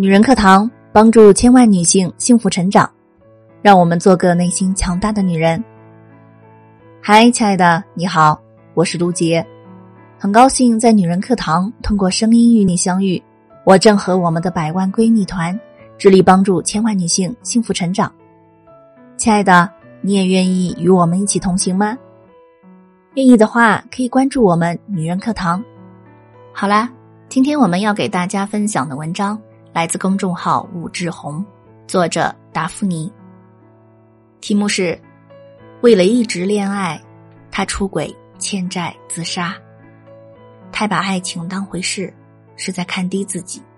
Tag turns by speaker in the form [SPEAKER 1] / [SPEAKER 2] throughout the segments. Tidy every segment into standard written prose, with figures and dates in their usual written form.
[SPEAKER 1] 女人课堂帮助千万女性幸福成长，让我们做个内心强大的女人。嗨，亲爱的，你好，我是卢杰，很高兴在女人课堂通过声音与你相遇。我正和我们的100万闺蜜团致力帮助千万女性幸福成长。亲爱的，你也愿意与我们一起同行吗？愿意的话，可以关注我们女人课堂。好啦，今天我们要给大家分享的文章来自公众号武志红，作者达芙妮。题目是为了一直恋爱，他出轨欠债自杀，太把爱情当回事，是在看低自己。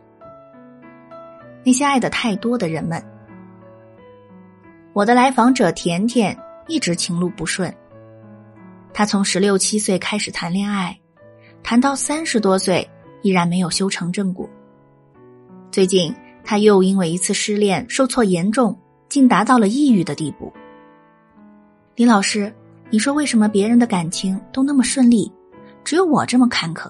[SPEAKER 1] 那些爱的太多的人们，我的来访者甜甜一直情路不顺，她从16、17岁开始谈恋爱，谈到30多岁依然没有修成正果。最近她又因为一次失恋受挫严重，竟达到了抑郁的地步。李老师，你说为什么别人的感情都那么顺利，只有我这么坎坷？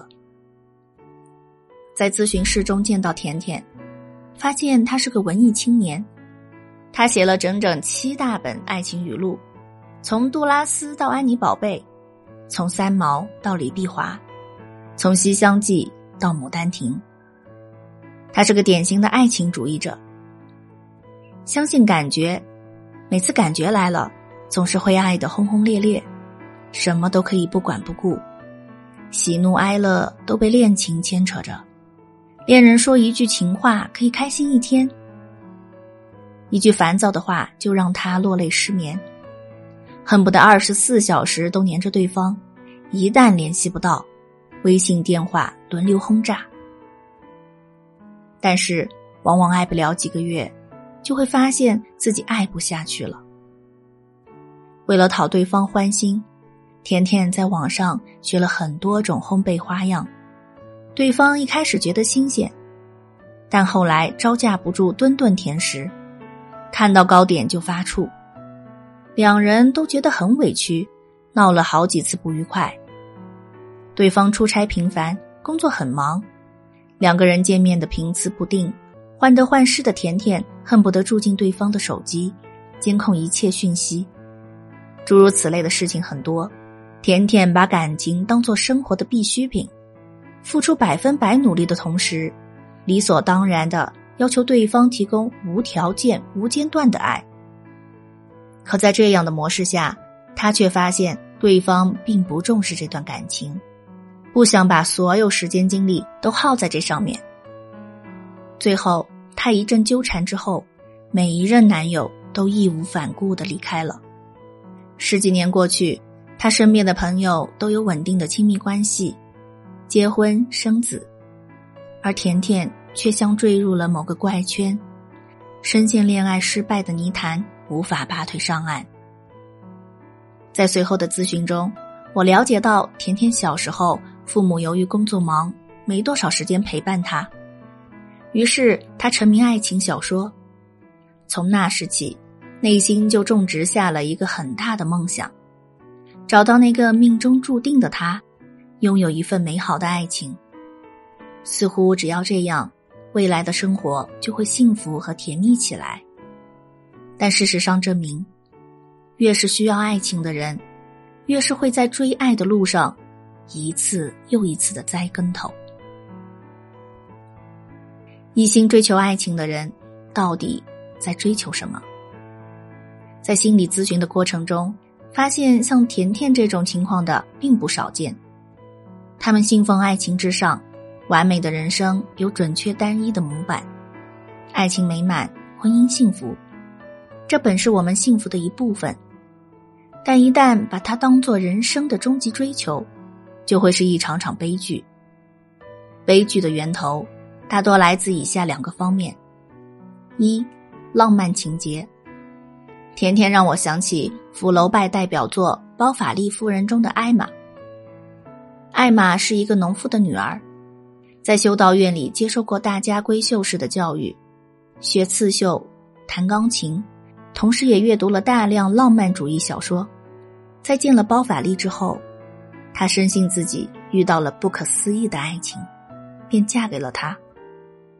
[SPEAKER 1] 在咨询室中见到甜甜，发现她是个文艺青年，她写了整整7大本爱情语录，从杜拉斯到安妮宝贝，从三毛到李碧华，从西厢记到牡丹亭。她是个典型的爱情主义者，相信感觉，每次感觉来了，总是会爱得轰轰烈烈，什么都可以不管不顾，喜怒哀乐都被恋情牵扯着，恋人说一句情话可以开心一天，一句烦躁的话就让他落泪失眠，恨不得24小时都黏着对方，一旦联系不到，微信电话轮流轰炸。但是往往爱不了几个月，就会发现自己爱不下去了。为了讨对方欢心，甜甜在网上学了很多种烘焙花样，对方一开始觉得新鲜，但后来招架不住顿顿甜食，看到糕点就发怵，两人都觉得很委屈，闹了好几次不愉快。对方出差频繁，工作很忙，两个人见面的频次不定，患得患失的甜甜恨不得住进对方的手机，监控一切讯息。诸如此类的事情很多，甜甜把感情当作生活的必需品，付出100%努力的同时，理所当然地要求对方提供无条件无间断的爱。可在这样的模式下，她却发现对方并不重视这段感情，不想把所有时间精力都耗在这上面。最后她一阵纠缠之后，每一任男友都义无反顾地离开了。10几年过去，她身边的朋友都有稳定的亲密关系，结婚生子，而甜甜却像坠入了某个怪圈，深陷恋爱失败的泥潭，无法拔腿上岸。在随后的咨询中，我了解到甜甜小时候父母由于工作忙，没多少时间陪伴她，于是她沉迷爱情小说。从那时起，内心就种植下了一个很大的梦想，找到那个命中注定的他，拥有一份美好的爱情。似乎只要这样，未来的生活就会幸福和甜蜜起来。但事实上证明，越是需要爱情的人，越是会在追爱的路上一次又一次的栽跟头。一心追求爱情的人到底在追求什么？在心理咨询的过程中，发现像甜甜这种情况的并不少见。他们信奉爱情至上，完美的人生有准确单一的模板，爱情美满，婚姻幸福，这本是我们幸福的一部分，但一旦把它当作人生的终极追求，就会是一场场悲剧。悲剧的源头大多来自以下2个方面：一、浪漫情节。甜甜让我想起福楼拜代表作《包法利夫人》中的艾玛。艾玛是一个农夫的女儿，在修道院里接受过大家闺秀式的教育，学刺绣，弹钢琴，同时也阅读了大量浪漫主义小说。在见了包法利之后，她深信自己遇到了不可思议的爱情，便嫁给了他。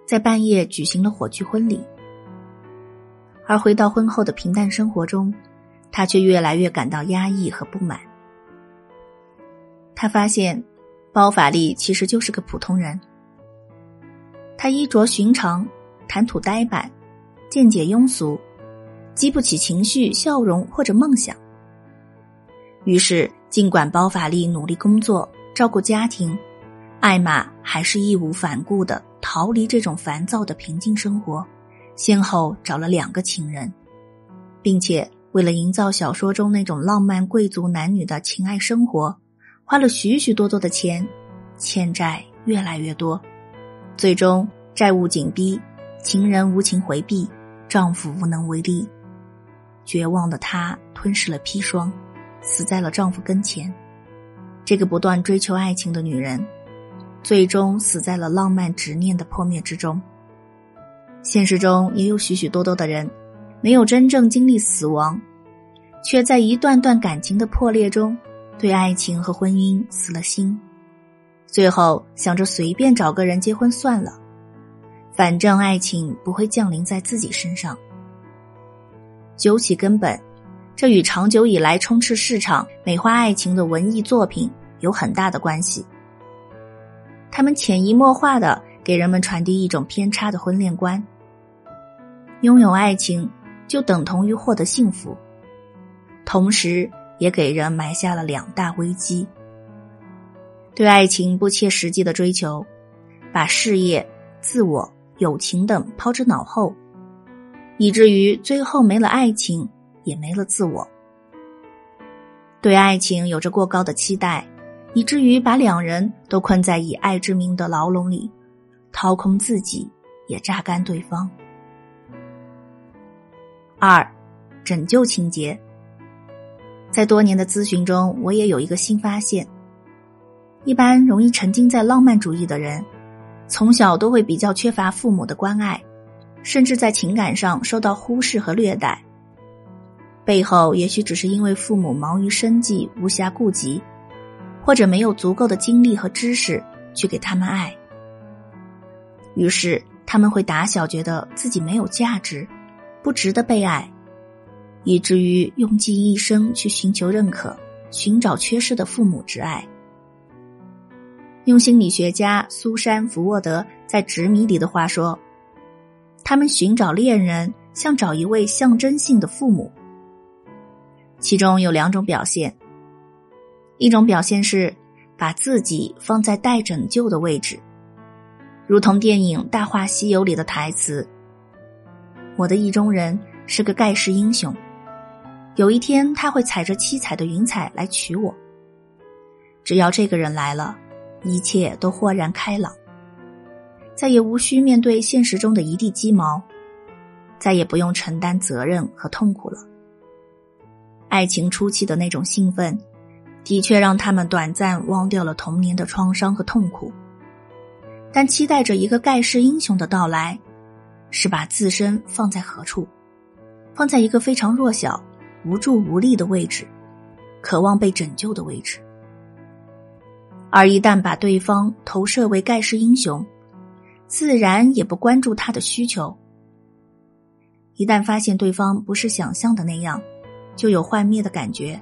[SPEAKER 1] 在半夜举行了火炬婚礼。而回到婚后的平淡生活中，他却越来越感到压抑和不满。他发现包法利其实就是个普通人，他衣着寻常，谈吐呆板，见解庸俗，激不起情绪、笑容或者梦想。于是尽管包法利努力工作，照顾家庭，艾玛还是义无反顾地逃离这种烦躁的平静生活，先后找了2个情人，并且为了营造小说中那种浪漫贵族男女的情爱生活，花了许许多多的钱，欠债越来越多，最终债务紧逼，情人无情回避，丈夫无能为力。绝望的她吞噬了砒霜，死在了丈夫跟前。这个不断追求爱情的女人，最终死在了浪漫执念的破灭之中。现实中也有许许多多的人，没有真正经历死亡，却在一段段感情的破裂中，对爱情和婚姻死了心，最后想着随便找个人结婚算了，反正爱情不会降临在自己身上。究其根本，这与长久以来充斥市场美化爱情的文艺作品有很大的关系。他们潜移默化地给人们传递一种偏差的婚恋观，拥有爱情就等同于获得幸福，同时也给人埋下了2大危机。对爱情不切实际的追求，把事业、自我、友情等抛之脑后，以至于最后没了爱情，也没了自我。对爱情有着过高的期待，以至于把2人都困在以爱之名的牢笼里，掏空自己，也榨干对方。2. 拯救情节。在多年的咨询中，我也有一个新发现，一般容易沉浸在浪漫主义的人，从小都会比较缺乏父母的关爱，甚至在情感上受到忽视和虐待，背后也许只是因为父母忙于生计，无暇顾及，或者没有足够的精力和知识去给他们爱。于是他们会打小觉得自己没有价值，不值得被爱，以至于用尽一生去寻求认可，寻找缺失的父母之爱。用心理学家苏珊·福沃德在《执迷》里的话说，他们寻找恋人像找一位象征性的父母。其中有2种表现，一种表现是把自己放在待拯救的位置，如同电影《大话西游》里的台词，我的意中人是个盖世英雄，有一天他会踩着七彩的云彩来娶我，只要这个人来了，一切都豁然开朗，再也无需面对现实中的一地鸡毛，再也不用承担责任和痛苦了。爱情初期的那种兴奋，的确让他们短暂忘掉了童年的创伤和痛苦，但期待着一个盖世英雄的到来，是把自身放在何处？放在一个非常弱小、无助无力的位置，渴望被拯救的位置。而一旦把对方投射为盖世英雄，自然也不关注他的需求。一旦发现对方不是想象的那样，就有幻灭的感觉。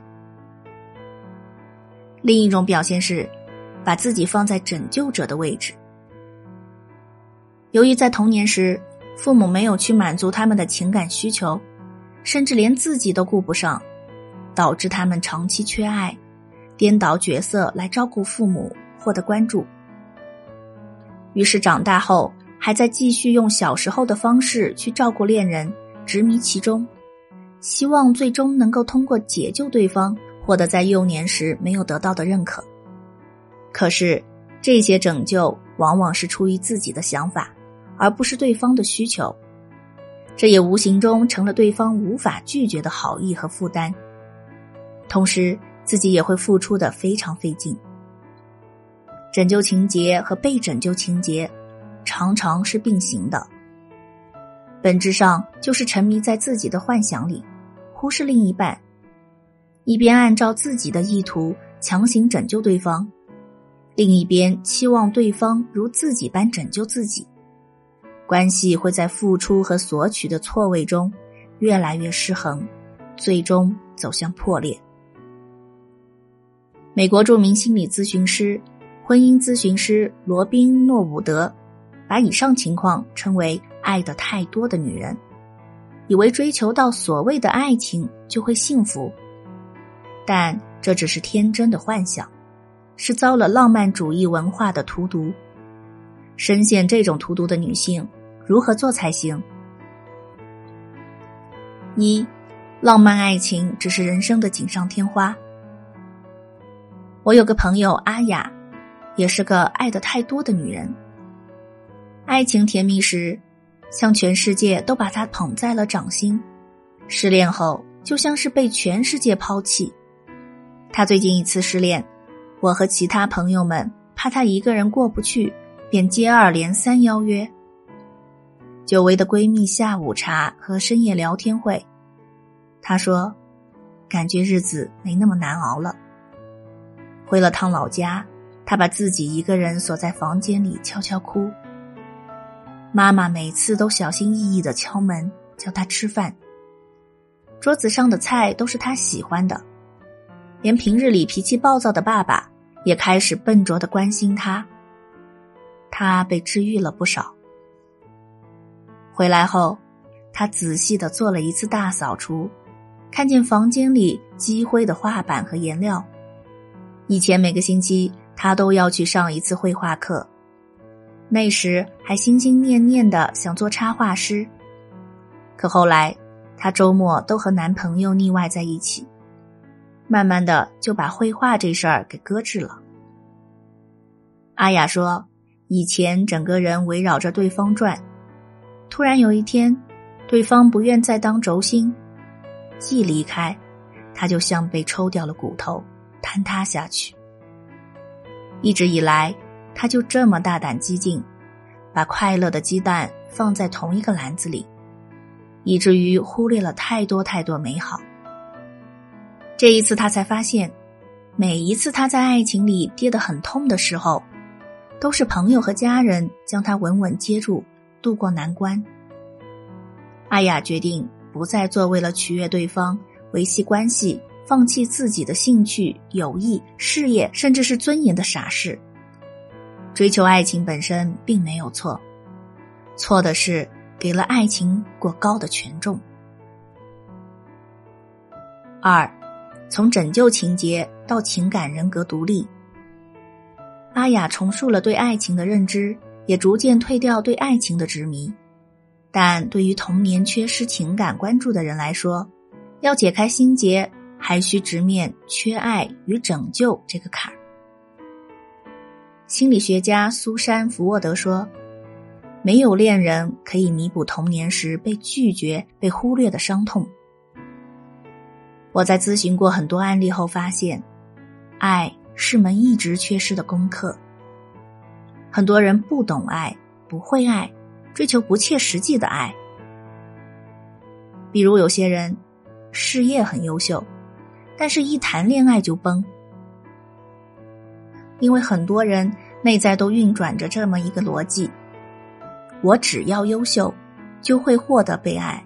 [SPEAKER 1] 另一种表现是把自己放在拯救者的位置。由于在童年时父母没有去满足他们的情感需求，甚至连自己都顾不上，导致他们长期缺爱，颠倒角色来照顾父母，获得关注。于是长大后还在继续用小时候的方式去照顾恋人，执迷其中，希望最终能够通过解救对方，获得在幼年时没有得到的认可。可是这些拯救往往是出于自己的想法，而不是对方的需求，这也无形中成了对方无法拒绝的好意和负担，同时自己也会付出得非常费劲。拯救情节和被拯救情节常常是并行的，本质上就是沉迷在自己的幻想里，忽视另一半，一边按照自己的意图强行拯救对方，另一边期望对方如自己般拯救自己， 关系会在付出和索取的错位中越来越失衡，最终走向破裂。美国著名心理咨询师、婚姻咨询师罗宾·诺伍德把以上情况称为爱得太多的女人，以为追求到所谓的爱情就会幸福，但这只是天真的幻想，是遭了浪漫主义文化的荼毒。深陷这种荼毒的女性如何做才行？一，浪漫爱情只是人生的锦上添花。我有个朋友阿雅，也是个爱得太多的女人。爱情甜蜜时，像全世界都把她捧在了掌心，失恋后就像是被全世界抛弃。她最近一次失恋，我和其他朋友们怕她一个人过不去，便接二连三邀约。久违的闺蜜下午茶和深夜聊天会，她说感觉日子没那么难熬了。回了趟老家，她把自己一个人锁在房间里悄悄哭。妈妈每次都小心翼翼地敲门叫她吃饭，桌子上的菜都是她喜欢的，连平日里脾气暴躁的爸爸也开始笨拙地关心她。她被治愈了不少。回来后，她仔细地做了一次大扫除，看见房间里积灰的画板和颜料。以前每个星期她都要去上一次绘画课，那时还心心念念地想做插画师，可后来她周末都和男朋友腻歪在一起，慢慢的就把绘画这事儿给搁置了。阿雅说，以前整个人围绕着对方转，突然有一天，对方不愿再当轴心，一离开，她就像被抽掉了骨头，坍塌下去。一直以来，她就这么大胆激进，把快乐的鸡蛋放在同一个篮子里，以至于忽略了太多太多美好。这一次她才发现，每一次她在爱情里跌得很痛的时候，都是朋友和家人将她稳稳接住，渡过难关。阿雅决定不再做为了取悦对方、维系关系、放弃自己的兴趣、友谊、事业，甚至是尊严的傻事。追求爱情本身并没有错，错的是给了爱情过高的权重。二，从拯救情节到情感人格独立。阿雅重塑了对爱情的认知，也逐渐退掉对爱情的执迷。但对于童年缺失情感关注的人来说，要解开心结，还需直面缺爱与拯救这个坎儿。心理学家苏珊·福沃德说，没有恋人可以弥补童年时被拒绝、被忽略的伤痛。我在咨询过很多案例后发现，爱是门一直缺失的功课。很多人不懂爱，不会爱，追求不切实际的爱。比如有些人事业很优秀，但是一谈恋爱就崩。因为很多人内在都运转着这么一个逻辑，我只要优秀，就会获得被爱。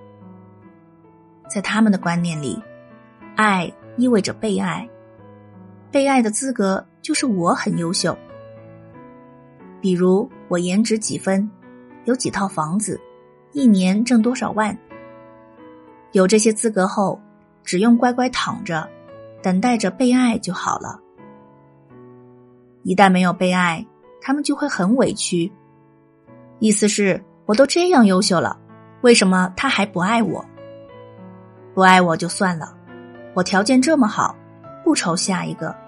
[SPEAKER 1] 在他们的观念里，爱意味着被爱，被爱的资格就是我很优秀。比如我颜值几分，有几套房子，一年挣多少万。有这些资格后，只用乖乖躺着，等待着被爱就好了。一旦没有被爱，他们就会很委屈，意思是我都这样优秀了，为什么他还不爱我？不爱我就算了，我条件这么好，不愁下一个。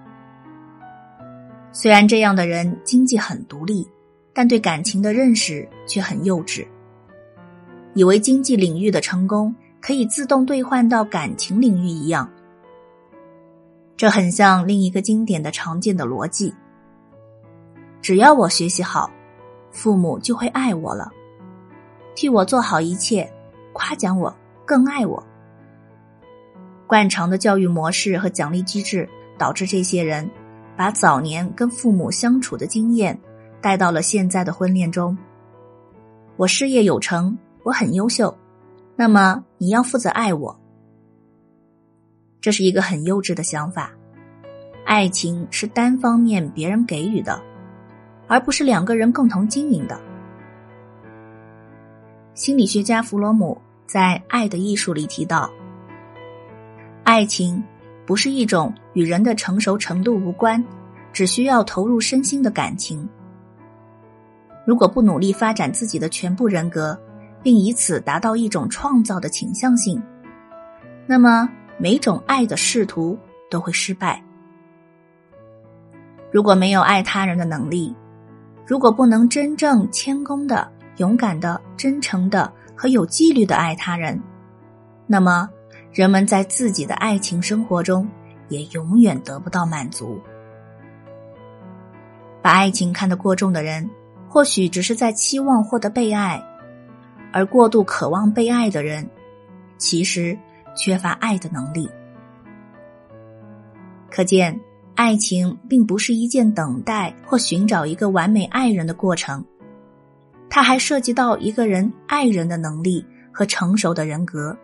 [SPEAKER 1] 虽然这样的人经济很独立，但对感情的认识却很幼稚，以为经济领域的成功可以自动兑换到感情领域一样。这很像另一个经典的常见的逻辑，只要我学习好，父母就会爱我了，替我做好一切，夸奖我，更爱我。惯常的教育模式和奖励机制导致这些人把早年跟父母相处的经验带到了现在的婚恋中。 我事业有成，我很优秀，那么你要负责爱我。这是一个很幼稚的想法。爱情是单方面别人给予的，而不是两个人共同经营的。心理学家弗洛姆在《爱的艺术》里提到，爱情不是一种与人的成熟程度无关，只需要投入身心的感情。如果不努力发展自己的全部人格，并以此达到一种创造的倾向性，那么每种爱的试图都会失败。如果没有爱他人的能力，如果不能真正谦恭的、勇敢的、真诚的和有纪律的爱他人，那么人们在自己的爱情生活中也永远得不到满足。把爱情看得过重的人，或许只是在期望获得被爱，而过度渴望被爱的人，其实缺乏爱的能力。可见，爱情并不是一件等待或寻找一个完美爱人的过程，它还涉及到一个人爱人的能力和成熟的人格。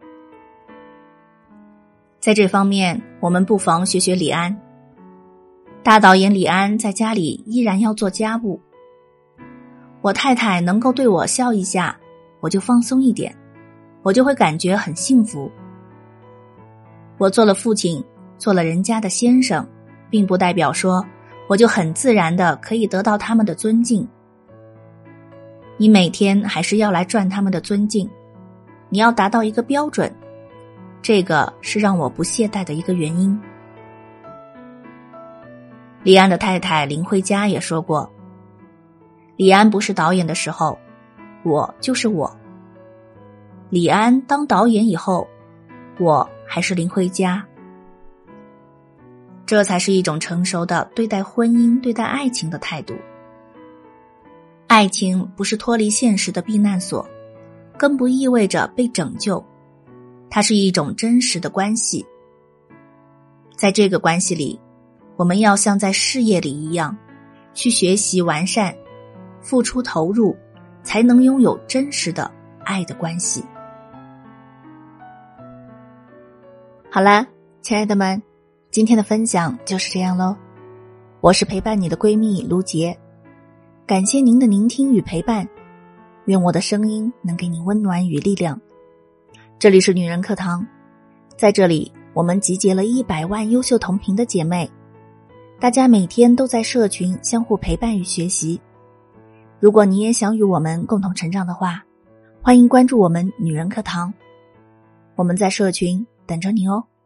[SPEAKER 1] 在这方面，我们不妨学学李安。大导演李安在家里依然要做家务。我太太能够对我笑一下，我就放松一点，我就会感觉很幸福。我做了父亲，做了人家的先生，并不代表说我就很自然的可以得到他们的尊敬。你每天还是要来赚他们的尊敬，你要达到一个标准，这个是让我不懈怠的一个原因。李安的太太林慧嘉也说过，李安不是导演的时候，我就是我；李安当导演以后，我还是林慧嘉。这才是一种成熟的对待婚姻、对待爱情的态度。爱情不是脱离现实的避难所，更不意味着被拯救，它是一种真实的关系。在这个关系里，我们要像在事业里一样，去学习完善，付出投入，才能拥有真实的爱的关系。好啦，亲爱的们，今天的分享就是这样咯。我是陪伴你的闺蜜卢杰，感谢您的聆听与陪伴，愿我的声音能给你温暖与力量。这里是女人课堂，在这里我们集结了100万优秀同频的姐妹，大家每天都在社群相互陪伴与学习。如果你也想与我们共同成长的话，欢迎关注我们女人课堂，我们在社群等着你哦。